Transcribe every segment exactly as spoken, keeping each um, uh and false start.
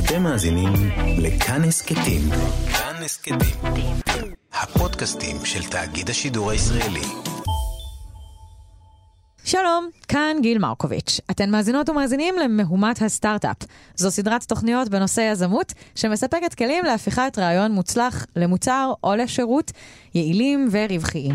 אתם מאזינים לכאן הסקטים. כאן הסקטים. הפודקאסטים של תאגיד השידור הישראלי. שלום, כאן גיל מרקוביץ'. אתן מאזינות ומאזינים למהומת הסטארט-אפ. זו סדרת תוכניות בנושא יזמות שמספקת כלים להפיכת רעיון מוצלח למוצר או לשירות יעילים ורווחיים.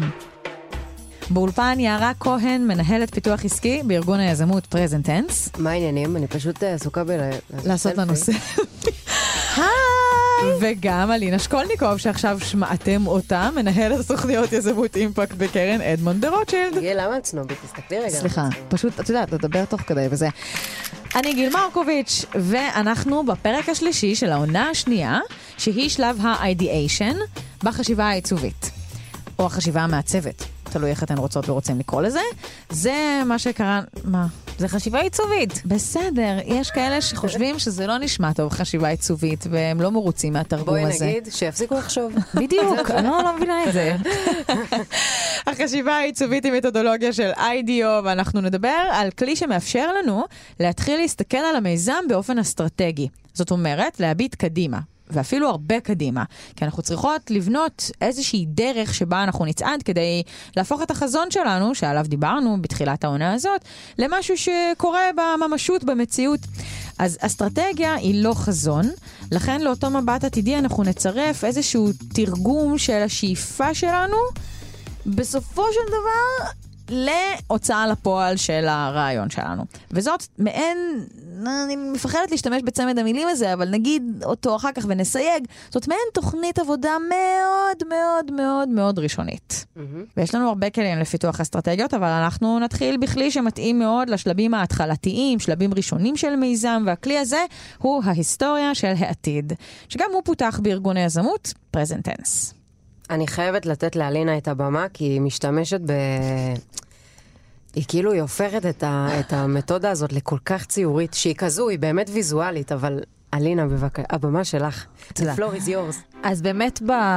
באולפן יערה כהן, מנהלת פיתוח עסקי בארגון היזמות פרזנט טנס. מה העניינים? אני פשוט עסוקה ב... לעשות לנו סלפי. היי! וגם אלינה שקולניקוב, שעכשיו שמעתם אותה, מנהלת סוכניות יזמות אימפקט בקרן אדמונד דה רוטשילד. גיל, למה את סנובית? תסתכלי רגע. סליחה, פשוט, את יודעת, לדבר תוך כדי וזה. אני גיל מרקוביץ', ואנחנו בפרק השלישי של העונה השנייה, שהיא שלב ה-ideation בחשיבה העיצובית, או החשיבה המעצבת. תלוי איך אתן רוצות ורוצים לקרוא לזה. זה מה שקרה... מה? זה חשיבה עיצובית. בסדר, יש כאלה שחושבים שזה לא נשמע טוב חשיבה עיצובית, והם לא מרוצים מהתרגום הזה. בואי נגיד שיפסיקו לחשוב. בדיוק, אני לא מבינה את זה. החשיבה העיצובית היא מתודולוגיה של איי די או, ואנחנו נדבר על כלי שמאפשר לנו להתחיל להסתכל על המיזם באופן אסטרטגי. זאת אומרת, להביט קדימה. ואפילו הרבה קדימה, כי אנחנו צריכות לבנות איזושהי דרך שבה אנחנו נצעד כדי להפוך את החזון שלנו, שעליו דיברנו בתחילת העונה הזאת, למשהו שקורה בממשות, במציאות. אז אסטרטגיה היא לא חזון, לכן לאותו מבט עתידי אנחנו נצרף איזשהו תרגום של השאיפה שלנו, בסופו של דבר להוצאה לפועל של הרעיון שלנו. וזאת מעין, אני מפחדת להשתמש בצמד המילים הזה, אבל נגיד אותו אחר כך ונסייג, זאת מעין תוכנית עבודה מאוד מאוד מאוד מאוד ראשונית. Mm-hmm. ויש לנו הרבה כלים לפיתוח אסטרטגיות, אבל אנחנו נתחיל בכלי שמתאים מאוד לשלבים ההתחלתיים, שלבים ראשונים של מיזם, והכלי הזה הוא ההיסטוריה של העתיד, שגם הוא פותח בארגון היזמות, פרזנט טנס. אני חייבת לתת לאלינה את הבמה, כי היא משתמשת ב... היא כאילו, היא הופכת את, ה... את המתודה הזאת לכל כך ציורית, שהיא כזו, היא באמת ויזואלית, אבל אלינה, בבקשה, הבמה שלך. The floor is yours. אז באמת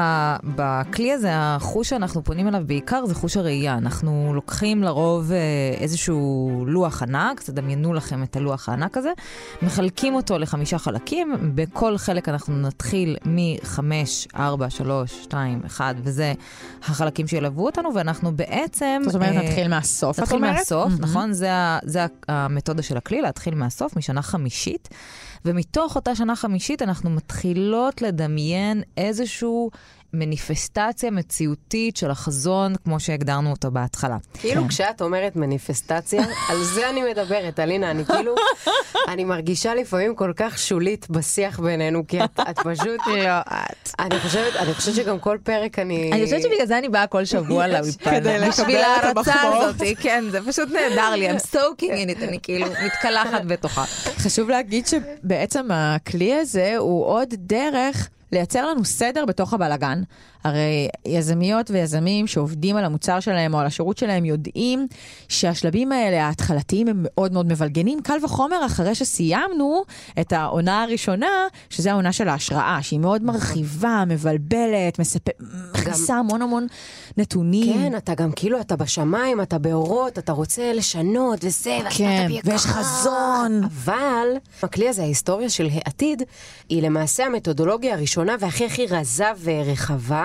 בכלי הזה, החוש שאנחנו פונים אליו בעיקר זה חוש הראייה. אנחנו לוקחים לרוב איזשהו לוח ענק, תדמיינו לכם את הלוח הענק הזה, מחלקים אותו לחמישה חלקים, בכל חלק אנחנו נתחיל מ-חמש, ארבע, שלוש, שתיים, אחד, וזה החלקים שילוו אותנו, ואנחנו בעצם... זאת אומרת, נתחיל מהסוף, נתחיל מהסוף, נכון? זה המתודה של הכלי, להתחיל מהסוף, משנה חמישית. ומתוך אותה שנה חמישית אנחנו מתחילות לדמיין איזשהו מניפסטציה מציאותית של החזון, כמו שהגדרנו אותו בהתחלה. כאילו כשאת אומרת מניפסטציה, על זה אני מדברת, אלינה, אני כאילו, אני מרגישה לפעמים כל כך שולית בשיח בינינו, כי את, את פשוט... לא, את. אני חושבת, אני חושבת שגם כל פרק אני... אני חושבת שבגלל זה אני באה כל שבוע לאולפן. כדי לקבל את המחמאות. הזאת, כן, זה פשוט נהדר לי, I'm soaking in it, אני כאילו מתקלחת בתוכה. חשוב להגיד שבעצם הכלי הזה הוא עוד דרך לייצר לנו סדר בתוך הבלגן. הרי יזמיות ויזמים שעובדים על המוצר שלהם או על השירות שלהם יודעים שהשלבים האלה, ההתחלתיים, הם מאוד מאוד מבלגנים. קל וחומר אחרי שסיימנו את העונה הראשונה, שזה העונה של ההשראה, שהיא מאוד מרחיבה, מבלבלת, מכניסה המון המון נתונים. כן, אתה גם כאילו, אתה בשמיים, אתה באורות, אתה רוצה לשנות וזה, כן, ויש חזון. אבל הכלי הזה, ההיסטוריה של העתיד, היא למעשה המתודולוגיה הראשונה והכי הכי רזה ורחבה,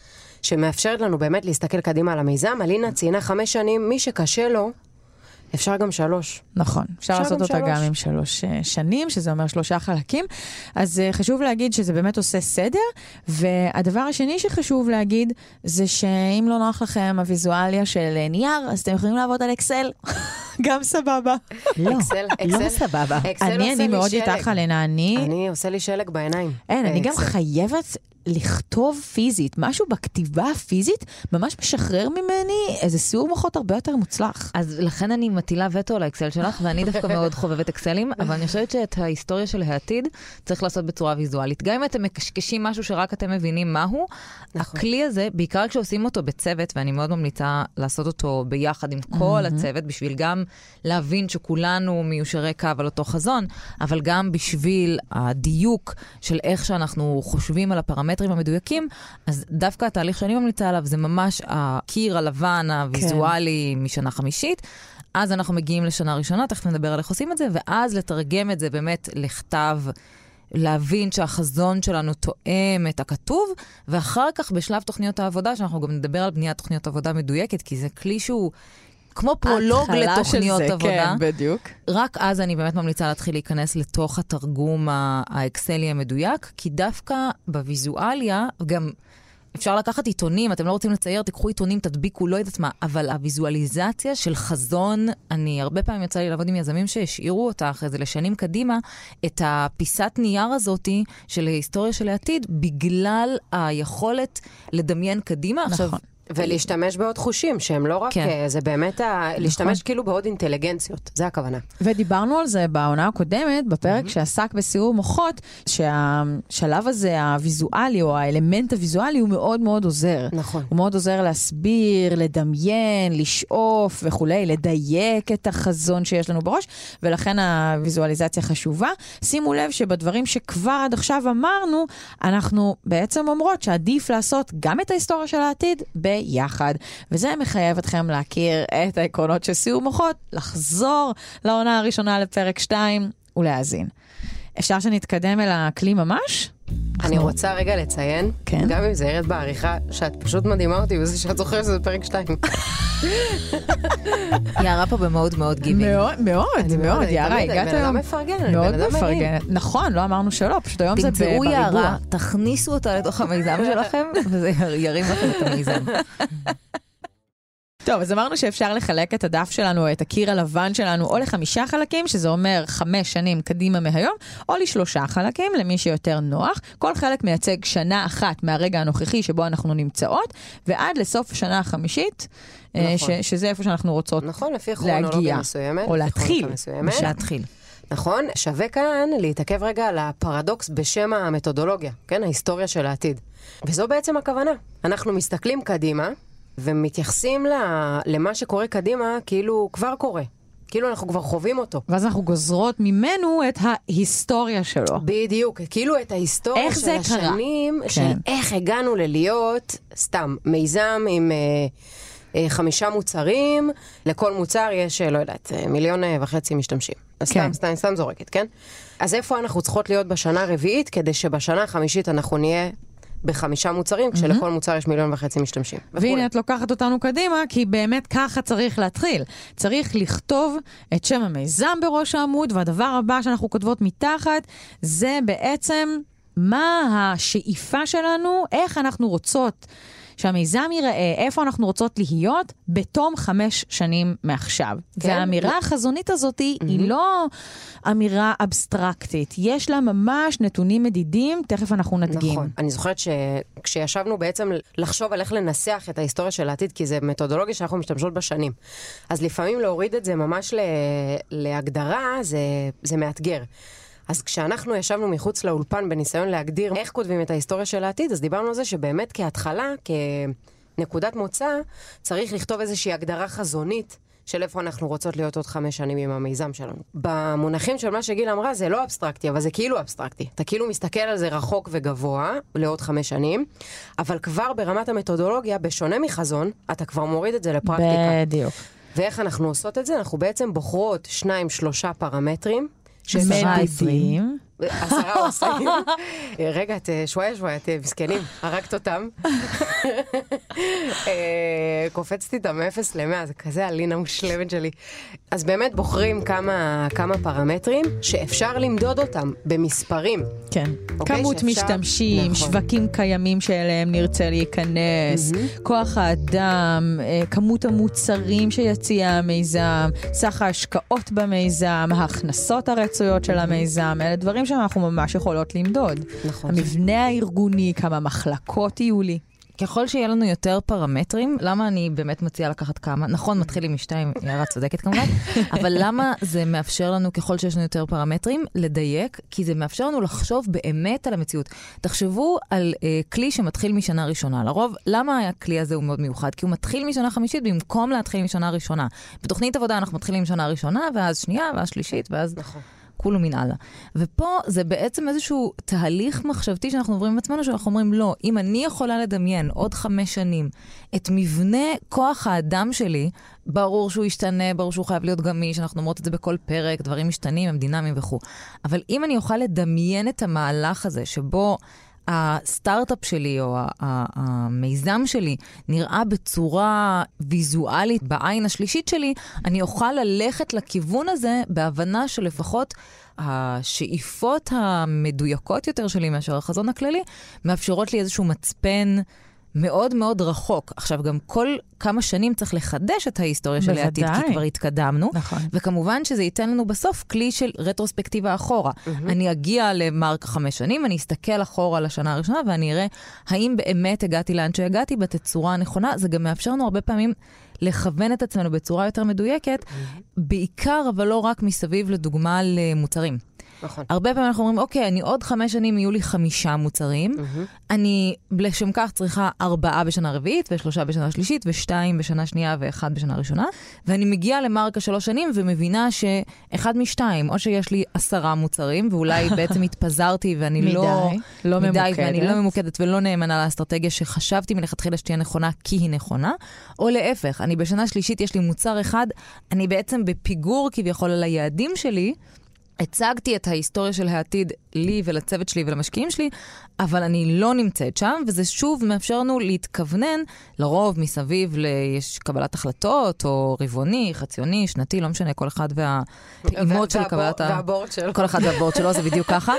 שמאפשרת לנו באמת להסתכל קדימה על המיזם. אלינה ציינה חמש שנים, מי שקשה לו, אפשר גם שלוש. נכון, אפשר לעשות אותה גם עם שלוש שנים, שזה אומר שלושה חלקים. אז חשוב להגיד שזה באמת עושה סדר, והדבר השני שחשוב להגיד, זה שאם לא נוח לכם הוויזואליה של נייר, אז אתם יכולים לעבוד על אקסל. גם סבבה. לא, אקסל, לא סבבה. אני, אני מאוד איתך עלינה, אני... אני עושה לי שלג בעיניים. אין, אני גם חייבת לכתוב פיזית, משהו בכתיבה הפיזית ממש משחרר ממני איזה סיור מוחות הרבה יותר מוצלח. אז לכן אני מטילה וטו על האקסל שלך, ואני דווקא מאוד חובבת אקסלים, אבל אני חושבת שאת ההיסטוריה של העתיד צריך לעשות בצורה ויזואלית. גם אם אתם מקשקשים משהו שרק אתם מבינים מהו, הכלי הזה, בעיקר כשעושים אותו בצוות, ואני מאוד ממליצה לעשות אותו ביחד עם כל הצוות, בשביל גם להבין שכולנו מיושרי קו על אותו חזון, אבל גם בשביל הדיוק של איך שאנחנו חושבים על הפרמטרים המדויקים, אז דווקא התהליך שאני ממליצה עליו זה ממש הקיר הלבן הוויזואלי כן. משנה חמישית, אז אנחנו מגיעים לשנה ראשונה, תכף נדבר על איך עושים את זה, ואז לתרגם את זה באמת לכתב להבין שהחזון שלנו תואם את הכתוב, ואחר כך בשלב תוכניות העבודה, שאנחנו גם נדבר על בניית תוכניות עבודה מדויקת, כי זה כלי שהוא כמו פרולוג לתוכניות זה, עבודה. כן, בדיוק. רק אז אני באמת ממליצה להתחיל להיכנס לתוך התרגום האקסלי המדויק, כי דווקא בוויזואליה, גם אפשר לקחת עיתונים, אתם לא רוצים לצייר, תיקחו עיתונים, תדביקו, לא יודעת מה, אבל הוויזואליזציה של חזון, אני הרבה פעמים יצא לי לעבוד עם יזמים שהשאירו אותה אחרי זה לשנים קדימה, את הפיסת נייר הזאת של ההיסטוריה של העתיד, בגלל היכולת לדמיין קדימה. נכון. עכשיו, ולהשתמש בעוד חושים, שהם לא רק, כן. זה באמת, ה... להשתמש כאילו בעוד אינטליגנציות, זה הכוונה. ודיברנו על זה בעונה הקודמת, בפרק שעסק בסיעור מוחות, שהשלב הזה, הוויזואלי, או האלמנט הוויזואלי, הוא מאוד מאוד עוזר. נכון. הוא מאוד עוזר להסביר, לדמיין, לשאוף וכולי, לדייק את החזון שיש לנו בראש, ולכן הוויזואליזציה חשובה. שימו לב שבדברים שכבר עד עכשיו אמרנו, אנחנו בעצם אומרות שעדיף לעשות גם את ההיסטוריה של העתיד ביחד, וזה מחייב אתכם להכיר את העקרונות של סיעור מוחות, לחזור לעונה הראשונה לפרק שתיים ולהאזין. אפשר שנתקדם אל הכלי ממש? אני רוצה רגע לציין, כן. גם אם זה ירד בעריכה, שאת פשוט מדהימה אותי, וזה שאת זוכרת שזה פרק שתיים. יערה פה במאוד מאוד גיבי. מאוד, מאוד, מאוד. יערה, הגעת בן אדם היום. מפרגן, אני מאוד בן אדם מדהים. מפרגנת. נכון, לא אמרנו שלא, פשוט היום זה תמצאו בריבוע. יערה, תכניסו אותה לתוך המיזם שלכם, וזה ירים לכם את המיזם. טוב, אז אמרנו שאפשר לחלק את הדף שלנו, את הקיר הלבן שלנו, או לחמישה חלקים, שזה אומר חמש שנים קדימה מהיום, או לשלושה חלקים, למי שיותר נוח. כל חלק מייצג שנה אחת מהרגע הנוכחי שבו אנחנו נמצאות, ועד לסוף השנה החמישית, נכון. ש- שזה איפה שאנחנו רוצות נכון, לפי כרונולוגיה להגיע, מסוימת. או לפי להתחיל. כרונולוגיה מסוימת. להתחיל. נכון, שווה כאן להתעכב רגע על הפרדוקס בשם המתודולוגיה, כן, ההיסטוריה של העתיד. וזו בעצם הכוונה. אנחנו מסתכלים קדימה, ומתייחסים למה שקורה קדימה, כאילו כבר קורה. כאילו אנחנו כבר חווים אותו. ואז אנחנו גוזרות ממנו את ההיסטוריה שלו. בדיוק, כאילו את ההיסטוריה איך של זה קרה? השנים, של כן. איך הגענו ללהיות, סתם, מיזם עם אה, אה, חמישה מוצרים, לכל מוצר יש, לא יודעת, מיליון וחצי משתמשים. אז כן. סתם, סתם, סתם זורקת, כן? אז איפה אנחנו צריכות להיות בשנה הרביעית, כדי שבשנה החמישית אנחנו נהיה בחמישה מוצרים, כשלכל מוצר יש מיליון וחצי משתמשים. והנה את לוקחת אותנו קדימה, כי באמת ככה צריך להתחיל. צריך לכתוב את שם המיזם בראש העמוד, והדבר הבא שאנחנו כותבות מתחת, זה בעצם מה השאיפה שלנו, איך אנחנו רוצות שהמיזם ייראה, איפה אנחנו רוצות להיות, בתום חמש שנים מעכשיו. כן. והאמירה החזונית הזאת היא לא אמירה אבסטרקטית. יש לה ממש נתונים מדידים, תכף אנחנו נדגים. נכון. אני זוכרת שכשישבנו בעצם לחשוב על איך לנסח את ההיסטוריה של העתיד, כי זה מתודולוגיה שאנחנו משתמשות בשנים. אז לפעמים להוריד את זה ממש להגדרה, זה, זה מאתגר. אז כשאנחנו ישבנו מחוץ לאולפן בניסיון להגדיר איך כותבים את ההיסטוריה של העתיד, אז דיברנו על זה שבאמת כהתחלה, כנקודת מוצא, צריך לכתוב איזושהי הגדרה חזונית של איפה אנחנו רוצות להיות עוד חמש שנים עם המיזם שלנו. במונחים של מה שגיל אמרה, זה לא אבסטרקטי, אבל זה כאילו אבסטרקטי. אתה כאילו מסתכל על זה רחוק וגבוה לעוד חמש שנים, אבל כבר ברמת המתודולוגיה, בשונה מחזון, אתה כבר מוריד את זה לפרקטיקה. בדיוק. ואיך אנחנו עושות את זה? אנחנו בעצם בוחרות שניים, שלושה פרמטרים, שמדידים. עשרה או עשרים. רגע, את שוואיה שוואיה, את מסכנים, הרגת אותם. קופצתי אותם מ-אפס ל-מאה, זה כזה הלינה מושלמת שלי. אז באמת בוחרים כמה, כמה פרמטרים שאפשר למדוד אותם במספרים. כן. אוקיי, כמות שאפשר- משתמשים, נכון. שווקים קיימים שאליהם נרצה להיכנס, כוח האדם, אה, כמות המוצרים שיציע המיזם, סך ההשקעות במיזם, ההכנסות הרצויות של המיזם, אלה דברים שאנחנו ממש יכולות למדוד. נכון. המבנה הארגוני, כמה מחלקות יהיו לי. ככל שיהיה לנו יותר פרמטרים, למה אני באמת מציעה לקחת כמה? נכון, מתחיל עם משתיים, יערה צודקת כמובן, אבל למה זה מאפשר לנו, ככל שיש לנו יותר פרמטרים, לדייק? כי זה מאפשר לנו לחשוב באמת על המציאות. תחשבו על אה, כלי שמתחיל משנה ראשונה. לרוב, למה הכלי הזה הוא מאוד מיוחד? כי הוא מתחיל משנה חמישית במקום להתחיל משנה ראשונה. בתוכנית עבודה אנחנו מתחילים משנה ראשונה, ואז שנייה, ואז שלישית, ואז... נכון. כולו מנהלה. ופה זה בעצם איזשהו תהליך מחשבתי שאנחנו עוברים עם עצמנו, שאנחנו אומרים, לא, אם אני יכולה לדמיין עוד חמש שנים את מבנה כוח האדם שלי, ברור שהוא ישתנה, ברור שהוא חייב להיות גמיש, אנחנו אומרות את זה בכל פרק, דברים משתנים, הם דינמיים וכו'. אבל אם אני אוכל לדמיין את המהלך הזה, שבו הסטארט-אפ שלי או המיזם שלי נראה בצורה ויזואלית בעין השלישית שלי, אני אוכל ללכת לכיוון הזה בהבנה שלפחות השאיפות המדויקות יותר שלי מאשר החזון הכללי, מאפשרות לי איזשהו מצפן מאוד מאוד רחוק. עכשיו, גם כל כמה שנים צריך לחדש את ההיסטוריה של העתיד, כי כבר התקדמנו. נכון. וכמובן שזה ייתן לנו בסוף כלי של רטרוספקטיבה אחורה. Mm-hmm. אני אגיע למרק חמש שנים, אני אסתכל אחורה לשנה הראשונה, ואני אראה האם באמת הגעתי לאן שהגעתי בתצורה הנכונה. זה גם מאפשר לנו הרבה פעמים לכוון את עצמנו בצורה יותר מדויקת, mm-hmm. בעיקר, אבל לא רק מסביב לדוגמה למוצרים. נכון. הרבה פעמים אנחנו אומרים, אוקיי, אני עוד חמש שנים יהיו לי חמישה מוצרים, mm-hmm. אני לשם כך צריכה ארבעה בשנה רביעית, ושלושה בשנה שלישית, ושתיים בשנה שנייה, ואחד בשנה ראשונה, ואני מגיעה למרקה שלוש שנים, ומבינה שאחד משתיים, או שיש לי עשרה מוצרים, ואולי בעצם התפזרתי, ואני מדי, לא... לא מדי, ממוקדת. ואני לא ממוקדת, ולא נאמנה לאסטרטגיה שחשבתי מלכתחילה שתהיה נכונה, כי היא נכונה, או להפך, אני בשנה שלישית, יש לי מוצר אחד, אני בעצם בפיגור כביכול על היעדים שלי, הצגתי את ההיסטוריה של העתיד לי ולצוות שלי ולמשקיעים שלי, אבל אני לא נמצאת שם, וזה שוב מאפשר לנו להתכוונן, לרוב מסביב יש קבלת החלטות, או רבעוני, חציוני, שנתי, לא משנה, כל אחד והטעימות של קבלת... והבורד שלו. כל אחד והבורד שלו, זה בדיוק ככה.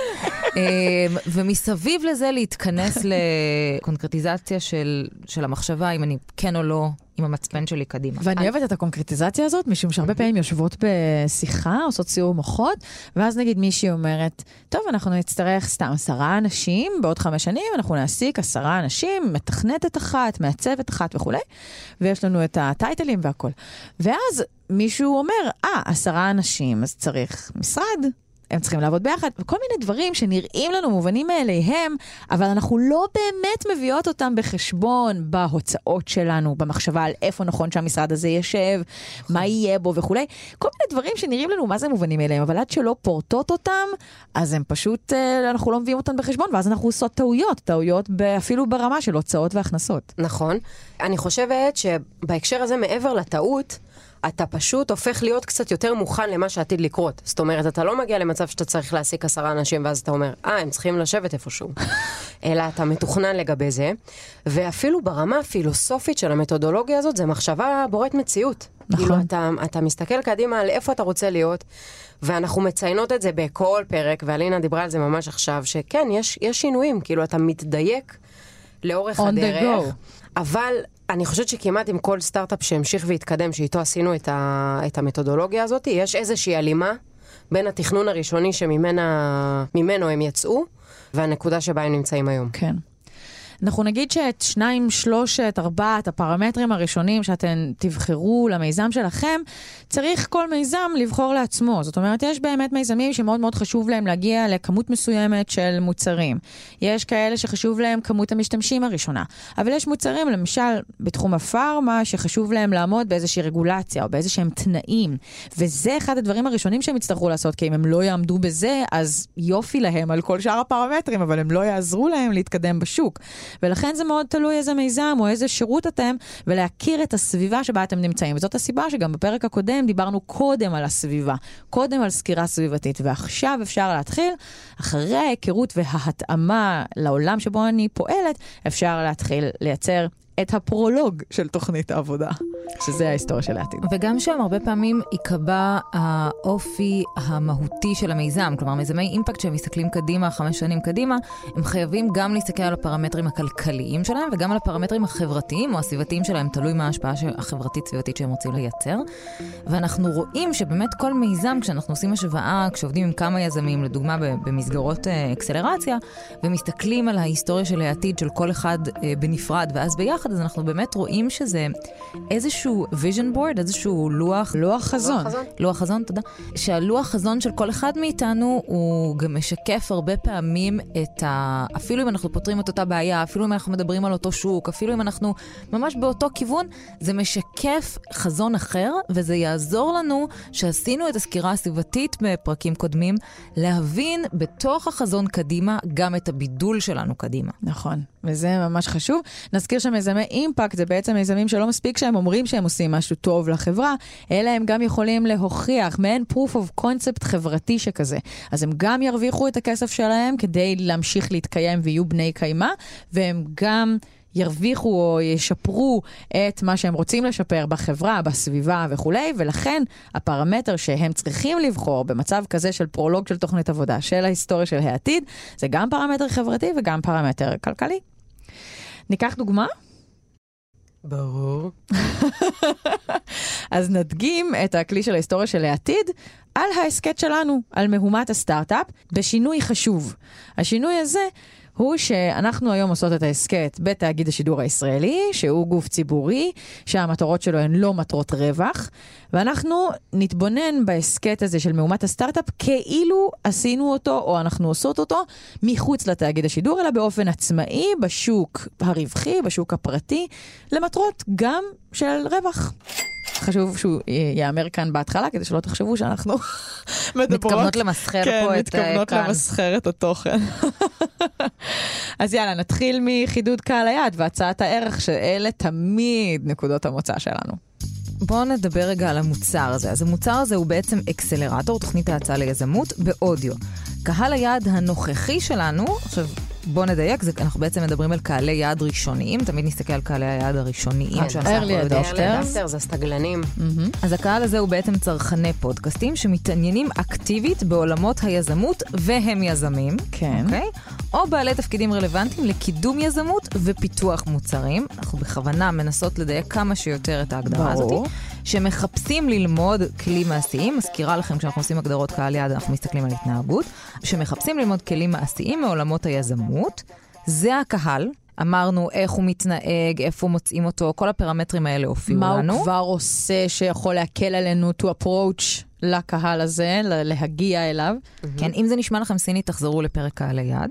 ומסביב לזה להתכנס לקונקרטיזציה של, של המחשבה, אם אני כן או לא, עם המצפן שלי קדימה. ואני אוהבת את הקונקרטיזציה הזאת, משום שהרבה פעמים יושבות בשיחה, עושות סיור מוחות, ואז נגיד מישהי אומרת, טוב, אנחנו נצטרך סתם עשרה אנשים, בעוד חמש שנים אנחנו נעסיק עשרה אנשים, מתכנתת אחת, מעצבת אחת וכו', ויש לנו את הטייטלים והכל. ואז מישהו אומר, אה, עשרה אנשים, אז צריך משרד, הם צריכים לעבוד ביחד, וכל מיני דברים שנראים לנו מובנים מאליהם, אבל אנחנו לא באמת מביאות אותם בחשבון בהוצאות שלנו, במחשבה על איפה נכון שהמשרד הזה ישב, מה יהיה בו וכו'. כל מיני דברים שנראים לנו מה זה מובנים מאליהם, אבל עד שלא פורטות אותם, אז הם פשוט, אנחנו לא מביאים אותם בחשבון, ואז אנחנו עושות טעויות, טעויות אפילו ברמה של הוצאות והכנסות. נכון. אני חושבת שבהקשר הזה מעבר לטעות, אתה פשוט הופך להיות קצת יותר מוכן למה שעתיד לקרות. זאת אומרת, אתה לא מגיע למצב שאתה צריך להעסיק עשרה אנשים, ואז אתה אומר, אה, הם צריכים לשבת איפשהו. אלא אתה מתוכנן לגבי זה, ואפילו ברמה הפילוסופית של המתודולוגיה הזאת, זה מחשבה בוראת מציאות. נכון. כאילו, אתה, אתה מסתכל קדימה על איפה אתה רוצה להיות, ואנחנו מציינות את זה בכל פרק, ואלינה דיברה על זה ממש עכשיו, שכן, יש, יש שינויים, כאילו, אתה מתדייק לאורך On הדרך, the go. אבל אני חושבת שכמעט עם כל סטארט-אפ שהמשיך והתקדם, שאיתו עשינו את, ה, את המתודולוגיה הזאת, יש איזושהי הלימה בין התכנון הראשוני שממנו הם יצאו, והנקודה שבה הם נמצאים היום. כן. אנחנו נגיד שאת שניים, שלושת, ארבעת הפרמטרים הראשונים שאתם תבחרו למיזם שלכם, צריך כל מיזם לבחור לעצמו. זאת אומרת, יש באמת מיזמים שמאוד מאוד חשוב להם להגיע לכמות מסוימת של מוצרים. יש כאלה שחשוב להם כמות המשתמשים הראשונה. אבל יש מוצרים, למשל, בתחום הפארמה, שחשוב להם לעמוד באיזושהי רגולציה או באיזשהם תנאים. וזה אחד הדברים הראשונים שהם יצטרכו לעשות, כי אם הם לא יעמדו בזה, אז יופי להם על כל שאר הפרמטרים, אבל הם לא יעזרו להם להתקדם בשוק. ולכן זה מאוד תלוי איזה מיזם או איזה שירות אתם, ולהכיר את הסביבה שבה אתם נמצאים. וזאת הסיבה שגם בפרק הקודם דיברנו קודם על הסביבה, קודם על סקירה סביבתית, ועכשיו אפשר להתחיל, אחרי ההיכרות וההתאמה לעולם שבו אני פועלת, אפשר להתחיל לייצר את הפרולוג של תוכנית העבודה, שזה ההיסטוריה של העתיד. וגם שם הרבה פעמים יקבע האופי המהותי של המיזם, כלומר מיזמי אימפקט שהם מסתכלים קדימה, חמש שנים קדימה, הם חייבים גם להסתכל על הפרמטרים הכלכליים שלהם, וגם על הפרמטרים החברתיים או הסביבתיים שלהם, תלוי מה ההשפעה החברתית-סביבתית שהם רוצים לייצר. ואנחנו רואים שבאמת כל מיזם, כשאנחנו עושים השוואה, כשעובדים עם כמה יזמים, לדוגמה במסגרות אקסלרציה, ומסתכלים על ההיסטוריה של העתיד של כל אחד בנפרד, ואז ביחד, ביחד, אז אנחנו באמת רואים שזה איזשהו vision board, איזשהו לוח... לוח חזון. לוח חזון. לוח חזון, תודה. שהלוח חזון של כל אחד מאיתנו הוא גם משקף הרבה פעמים את ה... אפילו אם אנחנו פותרים את אותה בעיה, אפילו אם אנחנו מדברים על אותו שוק, אפילו אם אנחנו ממש באותו כיוון, זה משקף חזון אחר, וזה יעזור לנו שעשינו את הסקירה הסביבתית בפרקים קודמים, להבין בתוך החזון קדימה גם את הבידול שלנו קדימה. נכון, וזה ממש חשוב. נזכיר שמיזמי אימפקט זה בעצם מיזמים שלא מספיק שהם אומרים שהם עושים משהו טוב לחברה, אלא הם גם יכולים להוכיח מעין proof of concept חברתי שכזה. אז הם גם ירוויחו את הכסף שלהם כדי להמשיך להתקיים ויהיו בני קיימה, והם גם ירוויחו או ישפרו את מה שהם רוצים לשפר בחברה, בסביבה וכו'. ולכן הפרמטר שהם צריכים לבחור במצב כזה של פרולוג של תוכנית עבודה, של ההיסטוריה של העתיד, זה גם פרמטר חברתי וגם פרמטר כלכלי. ניקח דוגמה? ברור. אז נדגים את הכלי של ההיסטוריה של העתיד על העסקת שלנו, על מהומת הסטארט-אפ, בשינוי חשוב. השינוי הזה הוא שאנחנו היום עושות את העסקת בתאגיד השידור הישראלי, שהוא גוף ציבורי, שהמטרות שלו הן לא מטרות רווח, ואנחנו נתבונן בעסקת הזה של מהומת הסטארט-אפ כאילו עשינו אותו או אנחנו עושות אותו מחוץ לתאגיד השידור, אלא באופן עצמאי, בשוק הרווחי, בשוק הפרטי, למטרות גם של רווח. חשוב שהוא יאמר כאן בהתחלה, כדי שלא תחשבו שאנחנו מדברות. מתכוונות למסחר כן, פה את מתכוונות כאן. למסחר את התוכן. אז יאללה, נתחיל מחידוד קהל היעד והצעת הערך, שאלה תמיד נקודות המוצא שלנו. בואו נדבר רגע על המוצר הזה. אז המוצר הזה הוא בעצם אקסלרטור, תוכנית ההצעה ליזמות באודיו. קהל היעד הנוכחי שלנו, עכשיו בואו נדייק, זה, אנחנו בעצם מדברים על קהלי יעד ראשוניים, תמיד נסתכל על קהלי היעד הראשוניים. early adopters. זה הסתגלנים. אז הקהל הזה הוא בעצם צרכני פודקאסטים שמתעניינים אקטיבית בעולמות היזמות והם יזמים. כן. אוקיי? או בעלי תפקידים רלוונטיים לקידום יזמות ופיתוח מוצרים. אנחנו בכוונה מנסות לדייק כמה שיותר את ההגדרה הזאת. שמחפשים ללמוד כלים מעשיים. מזכירה לכם, כשאנחנו עושים הגדרות קהל יעד, אנחנו מסתכלים על התנהגות. שמחפשים ללמוד כלים מעשיים מעולמות היזמות. זה הקהל. אמרנו איך הוא מתנהג, איפה מוצאים אותו, כל הפרמטרים האלה הופיעו מה לנו. מה הוא כבר עושה שיכול להקל עלינו to approach לקהל הזה, להגיע אליו. כן, אם זה נשמע לכם סיני, תחזרו לפרק קהלי יעד.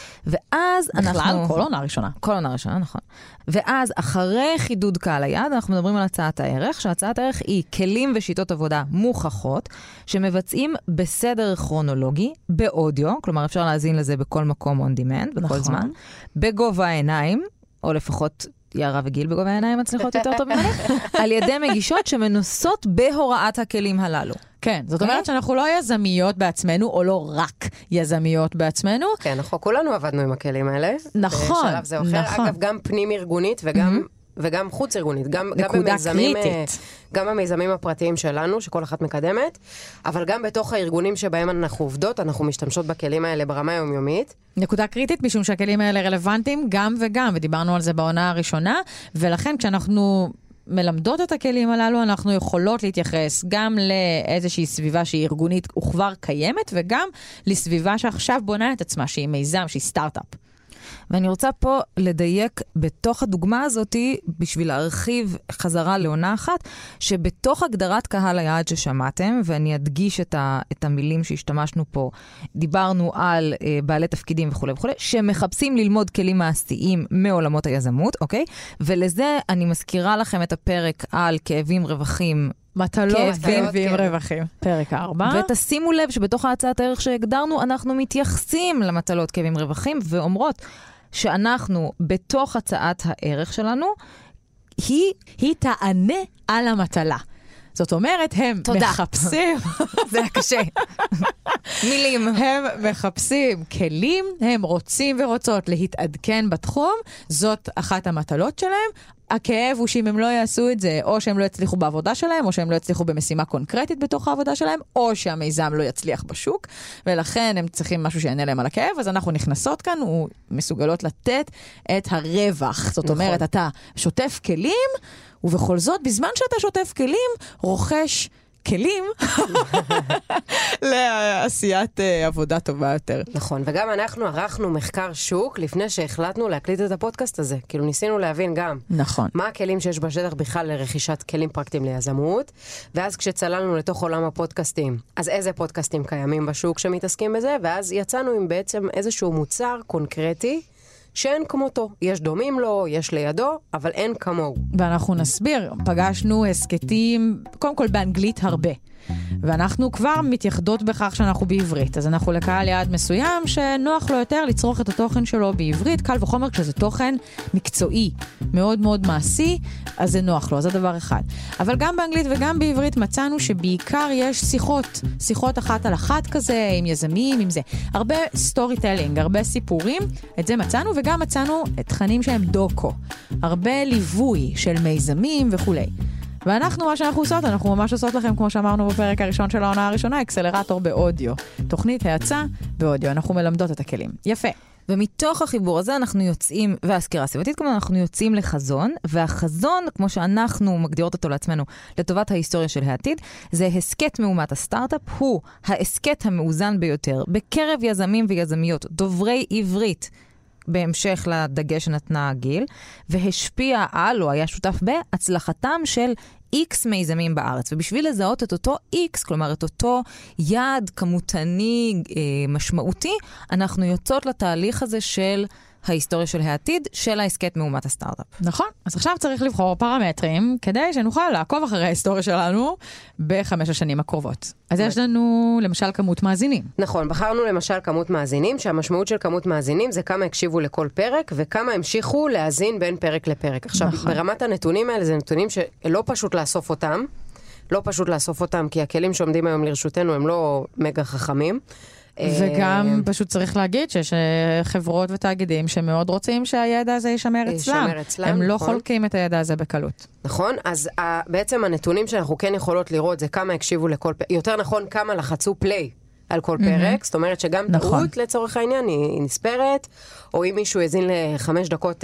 ואז אנחנו... בכלל, כל עונה ראשונה. כל עונה ראשונה, נכון. ואז אחרי חידוד קהל היעד, אנחנו מדברים על הצעת הערך, שהצעת הערך היא כלים ושיטות עבודה מוכחות, שמבצעים בסדר כרונולוגי, באודיו, כלומר אפשר להזין לזה בכל מקום on demand, בכל נכון. זמן, בגובה העיניים, או לפחות יערה וגיל בגובה העיניים מצליחות יותר טוב ממני, על ידי מגישות שמנוסות בהוראת הכלים הללו. כן, זאת אומרת שאנחנו לא יזמיות בעצמנו, או לא רק יזמיות בעצמנו. כן, נכון, כולנו עבדנו עם הכלים האלה. נכון, בשלב זה או אחר. נכון. אגב, גם פנים ארגונית וגם... וגם חוץ ארגונית, גם, גם נקודה במיזמים, קריטית. גם במיזמים הפרטיים שלנו, שכל אחת מקדמת, אבל גם בתוך הארגונים שבהם אנחנו עובדות, אנחנו משתמשות בכלים האלה ברמה היומיומית. נקודה קריטית, משום שהכלים האלה רלוונטיים גם וגם, ודיברנו על זה בעונה הראשונה, ולכן כשאנחנו מלמדות את הכלים הללו, אנחנו יכולות להתייחס גם לאיזושהי סביבה שהיא ארגונית וכבר קיימת, וגם לסביבה שעכשיו בונה את עצמה, שהיא מיזם, שהיא סטארט-אפ. ואני רוצה פה לדייק בתוך הדוגמה הזאת, בשביל להרחיב חזרה לעונה אחת, שבתוך הגדרת קהל היעד ששמעתם, ואני אדגיש את, ה, את המילים שהשתמשנו פה, דיברנו על אה, בעלי תפקידים וכו' וכו', שמחפשים ללמוד כלים מעשיים מעולמות היזמות, אוקיי? ולזה אני מזכירה לכם את הפרק על כאבים רווחים, מטלות, כאבים כאבים, רווחים. פרק ארבע. ותשימו לב שבתוך ההצעת הערך שהגדרנו, אנחנו מתייחסים למטלות כאבים רווחים, ואומרות שאנחנו בתוך הצעת הערך שלנו, היא, היא תענה על המטלה. זאת אומרת, הם תודה. מחפשים... זה היה קשה. מילים. הם מחפשים כלים, הם רוצים ורוצות להתעדכן בתחום, זאת אחת המטלות שלהם. הכאב הוא שאם הם לא יעשו את זה, או שהם לא יצליחו בעבודה שלהם, או שהם לא יצליחו במשימה קונקרטית בתוך העבודה שלהם, או שהמיזם לא יצליח בשוק, ולכן הם צריכים משהו שיענה להם על הכאב, אז אנחנו נכנסות כאן, ומסוגלות לתת את הרווח. זאת נכון. אומרת, אתה שוטף כלים, ובכל זאת, בזמן שאתה שוטף כלים, רוכש כלים לעשיית עבודה טובה יותר. נכון, וגם אנחנו ערכנו מחקר שוק לפני שהחלטנו להקליט את הפודקאסט הזה. כאילו ניסינו להבין גם נכון. מה הכלים שיש בשטח בכלל לרכישת כלים פרקטיים ליזמות, ואז כשצללנו לתוך עולם הפודקאסטים, אז איזה פודקאסטים קיימים בשוק שמתעסקים בזה, ואז יצאנו עם בעצם איזשהו מוצר קונקרטי, שאין כמותו. יש דומים לו, יש לידו, אבל אין כמוהו. ואנחנו נסביר, פגשנו הסקטים, קודם כל באנגלית הרבה. ואנחנו כבר מתייחדות בכך שאנחנו בעברית. אז אנחנו לקהל יעד מסוים שנוח לו יותר לצרוך את התוכן שלו בעברית, קל וחומר כשזה תוכן מקצועי, מאוד מאוד מעשי, אז זה נוח לו, זה דבר אחד. אבל גם באנגלית וגם בעברית מצאנו שבעיקר יש שיחות, שיחות אחת על אחת כזה, עם יזמים, עם זה. הרבה סטורי טלינג, הרבה סיפורים, את זה מצאנו, וגם מצאנו את תכנים שהם דוקו. הרבה ליווי של מיזמים וכולי. ואנחנו, מה שאנחנו עושות, אנחנו ממש עושות לכם, כמו שאמרנו בפרק הראשון של העונה הראשונה, אקסלרטור באודיו. תוכנית האצה באודיו. אנחנו מלמדות את הכלים. יפה. ומתוך החיבור הזה אנחנו יוצאים, והסקירה הסביבתית, כלומר אנחנו יוצאים לחזון, והחזון, כמו שאנחנו מגדירות אותו לעצמנו, לטובת ההיסטוריה של העתיד, זה הסקט מאומת הסטארט-אפ, הוא ההסקט המאוזן ביותר, בקרב יזמים ויזמיות, דוברי עברית, בהמשך לדגש שנתנה גיל, והשפיע על, או היה שותף בהצלחתם של X מיזמים בארץ. ובשביל לזהות את אותו X, כלומר את אותו יעד כמותני אה, משמעותי, אנחנו יוצאות לתהליך הזה של ההיסטוריה של העתיד, של העסקת מאומת הסטארט-אפ. נכון. אז עכשיו צריך לבחור פרמטרים, כדי שנוכל לעקוב אחרי ההיסטוריה שלנו בחמש השנים הקרובות. אז יש לנו למשל כמות מאזינים. נכון, בחרנו למשל כמות מאזינים, שהמשמעות של כמות מאזינים זה כמה הקשיבו לכל פרק, וכמה המשיכו להאזין בין פרק לפרק. עכשיו, נכון. ברמת הנתונים האלה, זה נתונים שלא פשוט לאסוף אותם, לא פשוט לאסוף אותם, כי הכלים שעומדים היום לרשותנו הם לא מגה חכמים. וגם פשוט צריך להגיד שיש חברות ותאגידים שמאוד רוצים שהידע הזה יישמר אצלם. הם לא חולקים את הידע הזה בקלות. נכון, אז בעצם הנתונים שאנחנו כן יכולות לראות זה כמה הקשיבו לכל פרק, יותר נכון כמה לחצו פליי על כל פרק, זאת אומרת שגם טעות לצורך העניין היא נספרת, או אם מישהו הזין לחמש דקות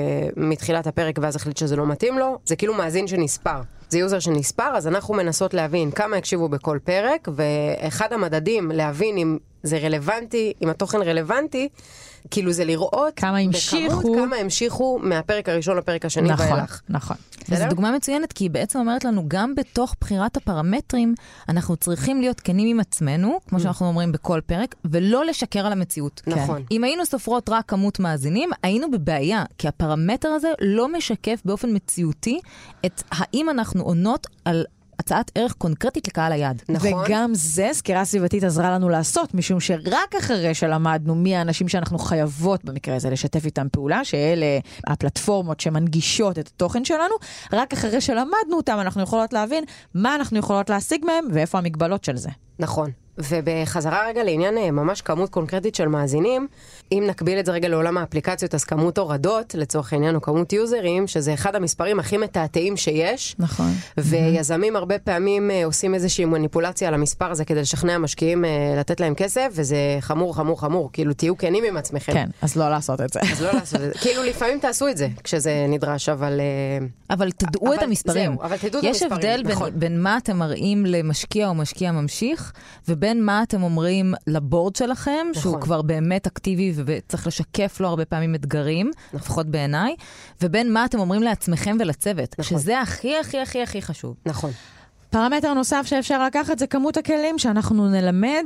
מתחילת הפרק ואז החליט שזה לא מתאים לו, זה כאילו מאזין שנספר. זה יוזר שנספר, אז אנחנו מנסות להבין כמה הקשיבו בכל פרק, ואחד המדדים להבין אם זה רלוונטי, אם התוכן רלוונטי, כאילו זה לראות כמה המשיכו, בכמות, כמה המשיכו מהפרק הראשון לפרק השני נכון, ואילך. נכון. וזו דוגמה מצוינת, כי היא בעצם אומרת לנו, גם בתוך בחירת הפרמטרים, אנחנו צריכים להיות כנים עם עצמנו, כמו שאנחנו אומרים בכל פרק, ולא לשקר על המציאות. נכון. אם היינו סופרות רק כמות מאזינים, היינו בבעיה, כי הפרמטר הזה לא משקף באופן מציאותי את האם אנחנו עונות על הצעת ערך קונקרטית לקהל היעד. נכון. וגם זה, סקירה סביבתית עזרה לנו לעשות, משום שרק אחרי שלמדנו מי האנשים שאנחנו חייבות במקרה הזה לשתף איתם פעולה, שאלה הפלטפורמות שמנגישות את התוכן שלנו, רק אחרי שלמדנו אותם אנחנו יכולות להבין מה אנחנו יכולות להשיג מהם ואיפה המגבלות של זה. נכון. ובחזרה רגע לעניין ממש כמות קונקרטית של מאזינים, אם נקביל את זה רגע לעולם האפליקציות, אז כמות הורדות, לצורך העניין, או כמות יוזרים, שזה אחד המספרים הכי מתעתעים שיש. נכון. ויזמים הרבה פעמים עושים איזושהי מניפולציה על המספר הזה, כדי לשכנע משקיעים לתת להם כסף, וזה חמור, חמור, חמור. כאילו, תהיו כנים עם עצמכם. כן, אז לא לעשות את זה. אז לא לעשות את זה. כאילו, לפעמים תעשו את זה, כשזה נדרש, אבל... אבל תדעו את המספרים. זהו, אבל תדעו את יש המספרים. הבדל בין, בין מה אתם מראים למשקיע או משקיע ממשיך, ובין מה אתם אומרים לבורד שלכם, נכון. שהוא כבר באמת אקטיבי וצריך לשקף לו הרבה פעמים אתגרים, נכון. לפחות בעיניי, ובין מה אתם אומרים לעצמכם ולצוות, נכון. שזה הכי הכי הכי הכי חשוב. נכון. פרמטר נוסף שאפשר לקחת זה כמות הכלים שאנחנו נלמד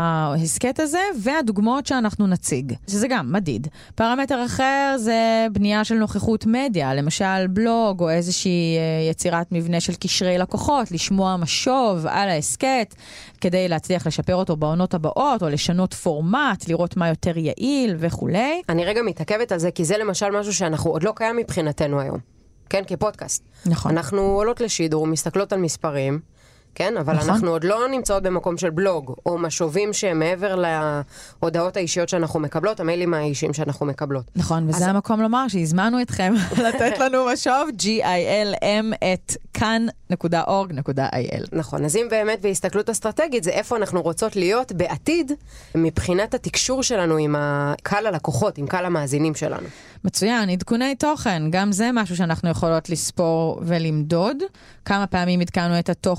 בהסקט הזה, והדוגמאות שאנחנו נציג, שזה גם מדיד. פרמטר אחר זה בנייה של נוכחות מדיה, למשל בלוג או איזושהי יצירת מבנה של קשרי לקוחות, לשמוע משוב על ההסקט, כדי להצליח לשפר אותו בעונות הבאות, או לשנות פורמט, לראות מה יותר יעיל וכו'. אני רגע מתעכבת על זה, כי זה למשל משהו שאנחנו עוד לא קיים מבחינתנו היום. כן, כפודקאסט. נכון. אנחנו עולות לשידור, מסתכלות על מספרים, כן, אבל נכון. אנחנו עוד לא נמצאות במקום של בלוג, או משובים שהם מעבר להודעות האישיות שאנחנו מקבלות, המיילים האישיים שאנחנו מקבלות. נכון, וזה אז... המקום לומר שהזמנו אתכם לתת לנו משוב, ג'י איי אל אם את כאן נקודה אורג נקודה איי אל. נכון, אז אם באמת בהסתכלות אסטרטגית, זה איפה אנחנו רוצות להיות בעתיד, מבחינת התקשור שלנו עם קהל הלקוחות, עם קהל המאזינים שלנו. מצוין, עדכוני תוכן, גם זה משהו שאנחנו יכולות לספור ולמדוד. כמה פעמים עדכנו את התוכן,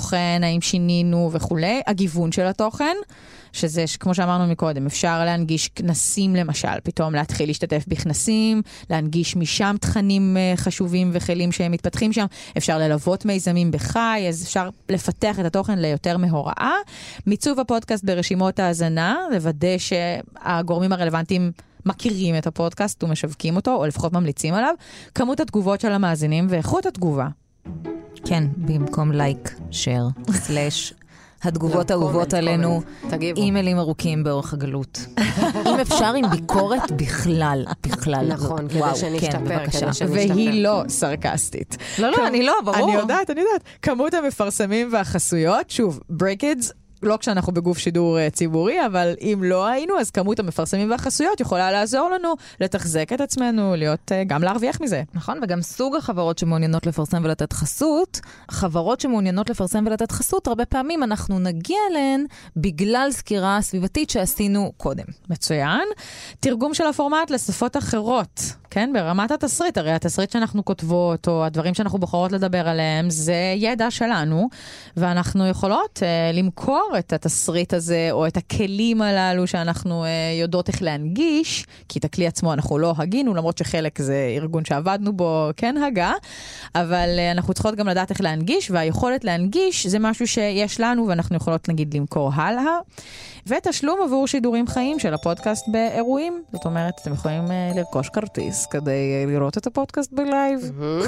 התוכן, האם שינינו וכולי, הגיוון של התוכן, שזה, כמו שאמרנו מקודם, אפשר להנגיש כנסים למשל, פתאום להתחיל להשתתף בכנסים, להנגיש משם תכנים חשובים וכלים שהם מתפתחים שם, אפשר ללוות מיזמים בחי, אז אפשר לפתח את התוכן ליותר מהוראה. מיצוב הפודקאסט ברשימות ההאזנה, לוודא שהגורמים הרלוונטיים מכירים את הפודקאסט ומשווקים אותו, או לפחות ממליצים עליו. כמות התגובות של המאזינים ואיכות התגובה. כן, במקום לייק, שייר, סלש, התגובות האהובות עלינו, אימיילים ארוכים באורך הגלות. אם אפשר עם ביקורת בכלל, בכלל. נכון, כדי שנשתפר, כדי שנשתפר. והיא לא סרקסטית. לא, לא, אני לא, ברור. אני יודעת, אני יודעת. כמות המפרסמים והחסויות, שוב, breakage, לא כשאנחנו בגוף שידור ציבורי, אבל אם לא היינו, אז כמות המפרסמים והחסויות יכולה לעזור לנו לתחזק את עצמנו, להיות, גם להרוויח מזה. נכון, וגם סוג החברות שמעוניינות לפרסם ולתת חסות, חברות שמעוניינות לפרסם ולתת חסות, הרבה פעמים אנחנו נגיע אליהן בגלל סקירה סביבתית שעשינו קודם. מצוין. תרגום של הפורמט לשפות אחרות, כן? ברמת התסריט, הרי התסריט שאנחנו כותבות, או הדברים שאנחנו בוחרות לדבר עליהם, זה ידע שלנו, ואנחנו יכולות uh, למכור את התסריט הזה, או את הכלים הללו שאנחנו uh, יודעות איך להנגיש, כי את הכלי עצמו אנחנו לא הגינו, למרות שחלק זה ארגון שעבדנו בו, כן הגה, אבל uh, אנחנו צריכות גם לדעת איך להנגיש, והיכולת להנגיש זה משהו שיש לנו, ואנחנו יכולות נגיד למכור הלאה, ותשלום עבור שידורים חיים של הפודקאסט באירועים. זאת אומרת, אתם יכולים uh, לרכוש כרטיס כדי uh, לראות את הפודקאסט בלייב.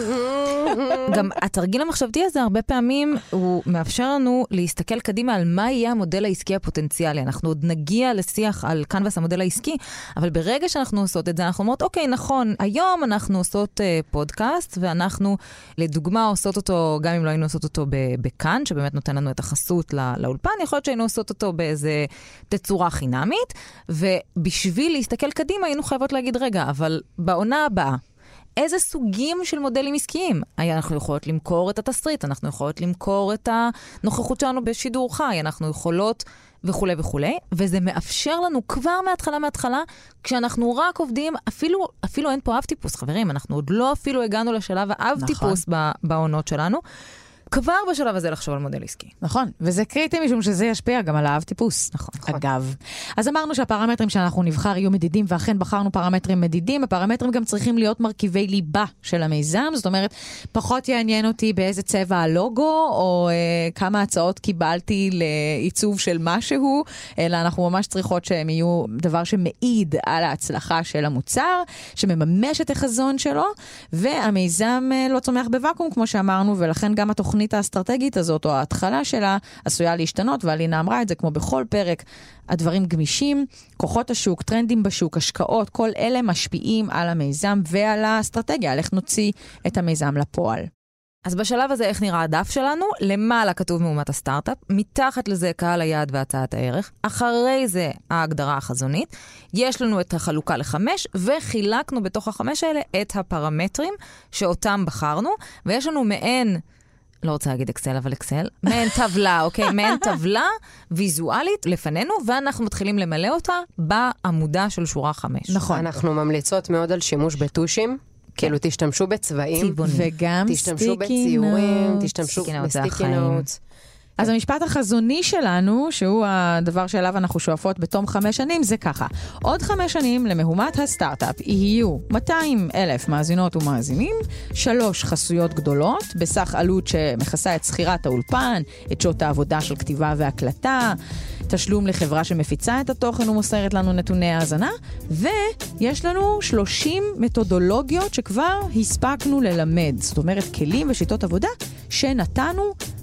גם התרגיל המחשבתי הזה הרבה פעמים הוא מאפשר לנו להסתכל קדימה על מה יהיה המודל העסקי הפוטנציאלי. אנחנו עוד נגיע לשיח על קנבס המודל העסקי, אבל ברגע שאנחנו עושות את זה, אנחנו אומרות, אוקיי, נכון, היום אנחנו עושות uh, פודקאסט, ואנחנו לדוגמה עושות אותו, גם אם לא היינו עושות אותו בכאן, שבאמת נותן לנו את החסות לא, לאולפן, יכול להיות שהיינו עושות אותו באיזה תצורה חינמית, ובשביל להסתכל קדימה היינו חייבות להגיד, רגע, אבל בעונה הבאה, איזה סוגים של מודלים עסקיים? אנחנו יכולות למכור את התסריט, אנחנו יכולות למכור את הנוכחות שלנו בשידור חי, אנחנו יכולות וכו' וכו', וזה מאפשר לנו כבר מההתחלה מההתחלה, כשאנחנו רק עובדים, אפילו, אפילו אין פה אב טיפוס, חברים, אנחנו עוד לא אפילו הגענו לשלב האב נכון. טיפוס בעונות שלנו, כבר בשלב הזה לחשוב על מודל עסקי. נכון, וזה קריטי משום שזה ישפיע גם על האב טיפוס. נכון. אגב. אז אמרנו שהפרמטרים שאנחנו נבחר יהיו מדידים, ואכן בחרנו פרמטרים מדידים. הפרמטרים גם צריכים להיות מרכיבי ליבה של המיזם. זאת אומרת, פחות יעניין אותי באיזה צבע הלוגו, או אה, כמה הצעות קיבלתי לעיצוב של משהו, אלא אנחנו ממש צריכות שהם יהיו דבר שמעיד על ההצלחה של המוצר, שמממש את החזון שלו, והמיזם אה, לא צומח בוואקום, כמו שאמרנו, ולכן גם התוכנית התוכנית האסטרטגית הזאת, או ההתחלה שלה, עשויה להשתנות, ואלינה אמרה את זה, כמו בכל פרק, הדברים גמישים, כוחות השוק, טרנדים בשוק, השקעות, כל אלה משפיעים על המיזם ועל האסטרטגיה, על איך נוציא את המיזם לפועל. אז בשלב הזה איך נראה הדף שלנו? למעלה כתוב מאומת הסטארט-אפ, מתחת לזה קהל היעד והצעת הערך, אחרי זה ההגדרה החזונית, יש לנו את החלוקה לחמש, וחילקנו בתוך החמש האלה את הפרמטרים שאותם בחרנו, ויש לנו מעין, לא רוצה להגיד אקסל, אבל אקסל, מעין טבלה, אוקיי? מעין טבלה ויזואלית לפנינו, ואנחנו מתחילים למלא אותה בעמודה של שורה חמש. נכון. אנחנו ממליצות מאוד על שימוש בטושים, כאילו תשתמשו בצבעים, וגם תשתמשו בציורים, תשתמשו בסטיקי נוטס. אז המשפט החזוני שלנו, שהוא הדבר שאליו אנחנו שואפות בתום חמש שנים, זה ככה. עוד חמש שנים למהומת הסטארט-אפ יהיו מאתיים אלף מאזינות ומאזינים, שלוש חסויות גדולות, בסך עלות שמכסה את שכירת האולפן, את שעות העבודה של כתיבה והקלטה, תשלום לחברה שמפיצה את התוכן ומוסרת לנו נתוני האזנה, ויש לנו שלושים מתודולוגיות שכבר הספקנו ללמד. זאת אומרת, כלים ושיטות עבודה שנתנו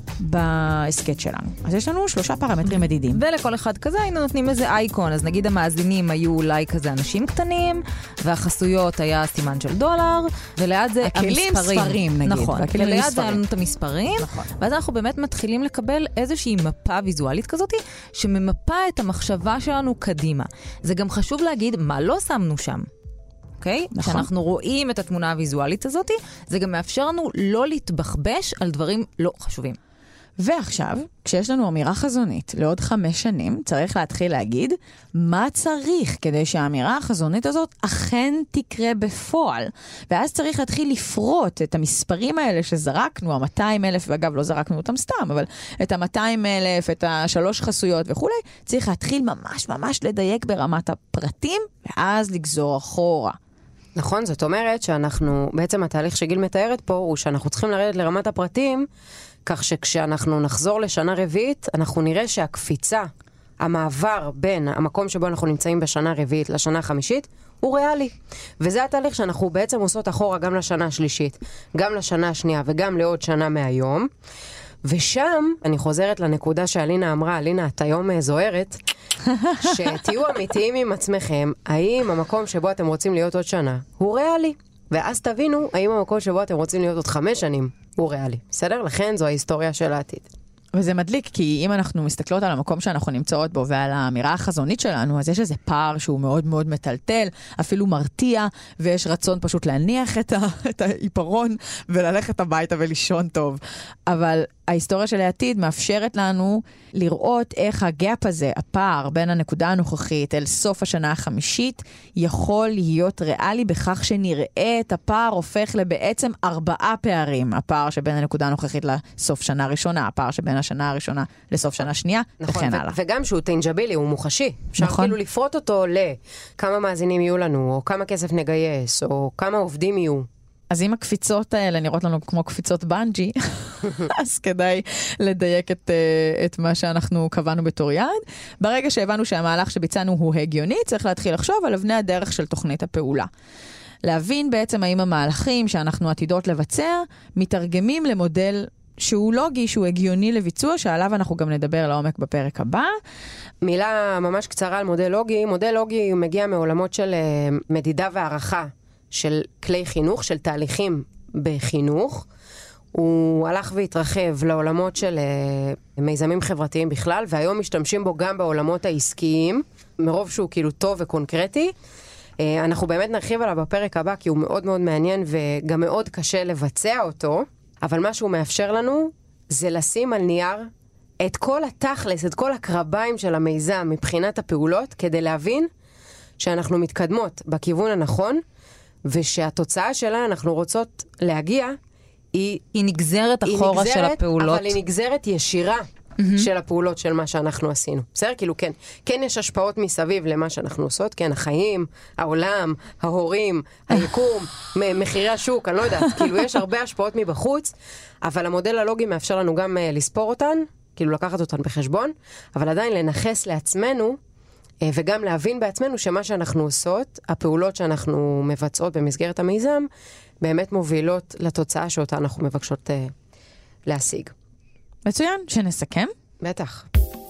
בעסקת שלנו. אז יש לנו שלושה פרמטרים מדידים. ולכל אחד כזה היינו נותנים איזה אייקון. אז נגיד המאזינים היו אולי כזה אנשים קטנים, והחסויות היה סימן של דולר, וליד זה הכלים המספרים. ספרים נגיד. נכון. וליד זה היה לנו את המספרים. נכון. ואז אנחנו באמת מתחילים לקבל איזושהי מפה ויזואלית כזאת, שממפה את המחשבה שלנו קדימה. זה גם חשוב להגיד מה לא שמנו שם. אוקיי? Okay? נכון. כשאנחנו רואים את התמונה הוויזואלית הזאת, זה גם מאפשר לנו לא להתבחבש על דברים לא חשובים. ועכשיו, כשיש לנו אמירה חזונית לעוד חמש שנים, צריך להתחיל להגיד מה צריך כדי שהאמירה החזונית הזאת אכן תקרה בפועל. ואז צריך להתחיל לפרוט את המספרים האלה שזרקנו, ה-מאתיים אלף, ואגב לא זרקנו אותם סתם, אבל את ה-מאתיים אלף, את השלוש חסויות וכו', צריך להתחיל ממש ממש לדייק ברמת הפרטים, ואז לגזור אחורה. נכון, זאת אומרת שאנחנו, בעצם התהליך שגיל מתארת פה, הוא שאנחנו צריכים לרדת לרמת הפרטים, כך שכשאנחנו נחזור לשנה רביעית, אנחנו נראה שהקפיצה, המעבר בין המקום שבו אנחנו נמצאים בשנה רביעית לשנה החמישית, הוא ריאלי. וזה התהליך שאנחנו בעצם עושות אחורה גם לשנה השלישית, גם לשנה השנייה וגם לעוד שנה מהיום. ושם, אני חוזרת לנקודה שאלינה אמרה, אלינה, את היום זוהרת, שתהיו אמיתיים עם עצמכם, האם המקום שבו אתם רוצים להיות עוד שנה הוא ריאלי. ואז תבינו, האם המקום שבו אתם רוצים להיות עוד חמש שנים הוא ריאלי. בסדר? לכן זו ההיסטוריה של העתיד. וזה מדליק, כי אם אנחנו מסתכלות על המקום שאנחנו נמצאות בו ועל האמירה החזונית שלנו, אז יש איזה פער שהוא מאוד מאוד מטלטל, אפילו מרתיע, ויש רצון פשוט להניח את, ה, את העיפרון וללכת הביתה ולישון טוב. אבל ההיסטוריה של העתיד מאפשרת לנו לראות איך הגאפ הזה, הפער בין הנקודה הנוכחית אל סוף השנה החמישית, יכול להיות ריאלי בכך שנראה את הפער הופך לבעצם ארבעה פערים. הפער שבין הנקודה הנוכחית לסוף שנה ראשונה, הפער שבין השנה הראשונה לסוף שנה שנייה, נכון, וכן ו- הלאה. וגם שהוא טנג'בילי, הוא מוחשי. אפשר נכון. כאילו לפרוט אותו לכמה מאזינים יהיו לנו, או כמה כסף נגייס, או כמה עובדים יהיו. אז אם הקפיצות האלה נראות לנו כמו קפיצות בנג'י, אז כדאי לדייק את, את מה שאנחנו קבענו בתור יעד. ברגע שהבנו שהמהלך שביצענו הוא הגיוני, צריך להתחיל לחשוב על אבני הדרך של תוכנית הפעולה. להבין בעצם האם המהלכים שאנחנו עתידות לבצע, מתרגמים למודל שהוא לוגי, שהוא הגיוני לביצוע, שעליו אנחנו גם נדבר לעומק בפרק הבא. מילה ממש קצרה על מודל לוגי. מודל לוגי מגיע מעולמות של מדידה והערכה של כלי חינוך, של תהליכים בחינוך. הוא הלך והתרחב לעולמות של מיזמים חברתיים בכלל, והיום משתמשים בו גם בעולמות העסקיים, מרוב שהוא כאילו טוב וקונקרטי. אנחנו באמת נרחיב עליו בפרק הבא, כי הוא מאוד מאוד מעניין וגם מאוד קשה לבצע אותו. אבל מה שהוא מאפשר לנו זה לשים על נייר את כל התכלס, את כל הקרביים של המיזם מבחינת הפעולות, כדי להבין שאנחנו מתקדמות בכיוון הנכון, ושהתוצאה שלה אנחנו רוצות להגיע, היא, היא נגזרת אחורה היא נגזרת, של הפעולות. אבל היא נגזרת ישירה mm-hmm. של הפעולות של מה שאנחנו עשינו. בסדר? כאילו כן, כן יש השפעות מסביב למה שאנחנו עושות, כן, החיים, העולם, ההורים, היקום, מחירי השוק, אני לא יודעת, כאילו יש הרבה השפעות מבחוץ, אבל המודל הלוגי מאפשר לנו גם uh, לספור אותן, כאילו לקחת אותן בחשבון, אבל עדיין לנחס לעצמנו, uh, וגם להבין בעצמנו שמה שאנחנו עושות, הפעולות שאנחנו מבצעות במסגרת המיזם, באמת מובילות לתוצאה שאותה אנחנו מבקשות uh, להשיג. מצוין, שנסכם? בטח.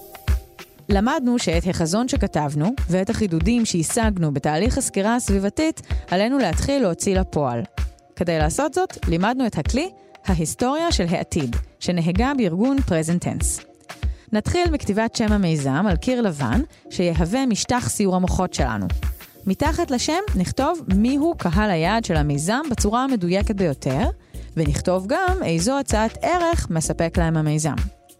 למדנו שאת החזון שכתבנו ואת החידודים שהשגנו בתהליך הסקירה הסביבתית, עלינו להתחיל להוציא לפועל. כדי לעשות זאת, לימדנו את הכלי, ההיסטוריה של העתיד, שנהגה בארגון Present Tense. נתחיל מכתיבת שם המיזם על קיר לבן, שיהווה משטח סיור המוחות שלנו. מתחת לשם נכתוב מיהו קהל היעד של המיזם בצורה המדויקת ביותר, ונכתוב גם איזו הצעת ערך מספק להם המיזם.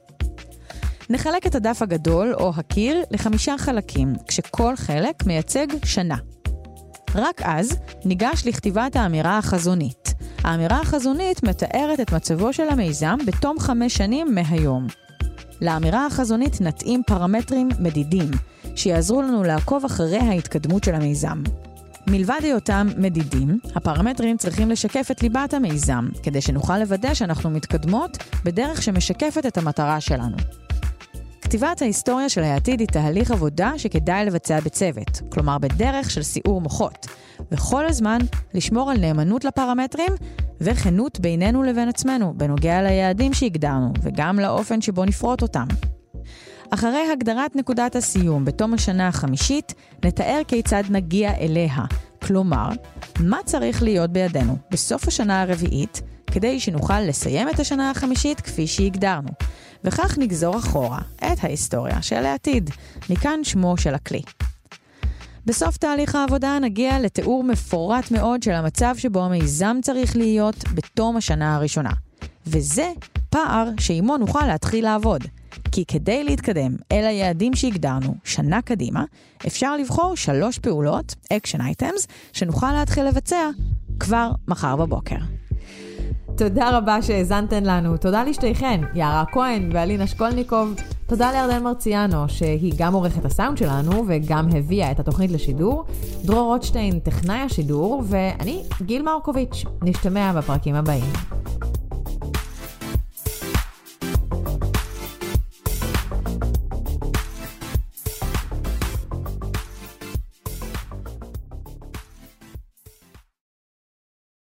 נחלק את הדף הגדול או הקיר לחמישה חלקים, כשכל חלק מייצג שנה. רק אז ניגש לכתיבת האמירה החזונית. האמירה החזונית מתארת את מצבו של המיזם בתום חמש שנים מהיום. לאמירה החזונית נתאים פרמטרים מדידים, שיעזרו לנו לעקוב אחרי ההתקדמות של המיזם. מלבד היותם מדידים, הפרמטרים צריכים לשקף את ליבת המיזם, כדי שנוכל לוודא שאנחנו מתקדמות בדרך שמשקפת את המטרה שלנו. כתיבת ההיסטוריה של העתיד היא תהליך עבודה שכדאי לבצע בצוות, כלומר בדרך של סיעור מוחות, וכל הזמן לשמור על נאמנות לפרמטרים וכנות בינינו לבין עצמנו, בנוגע ליעדים שהגדרנו, וגם לאופן שבו נפרוט אותם. אחרי הגדרת נקודת הסיום בתום השנה החמישית, נתאר כיצד נגיע אליה. כלומר, מה צריך להיות בידינו בסוף השנה הרביעית, כדי שנוכל לסיים את השנה החמישית כפי שהגדרנו. וכך נגזור אחורה את ההיסטוריה של העתיד, מכאן שמו של הכלי. בסוף תהליך העבודה נגיע לתיאור מפורט מאוד של המצב שבו המיזם צריך להיות בתום השנה הראשונה. וזה הפער שעימו נוכל להתחיל לעבוד. כי כדי להתקדם אל היעדים שהגדרנו שנה קדימה, אפשר לבחור שלוש פעולות, action items, שנוכל להתחיל לבצע כבר מחר בבוקר. תודה רבה שהזנתן לנו. תודה לשתיכן, יערה כהן ואלינה שקולניקוב. תודה לירדן מרציאנו, שהיא גם עורכת הסאונד שלנו וגם הביאה את התוכנית לשידור. דרור רוטשטיין, טכנאי השידור, ואני גיל מרקוביץ'. נשתמע בפרקים הבאים.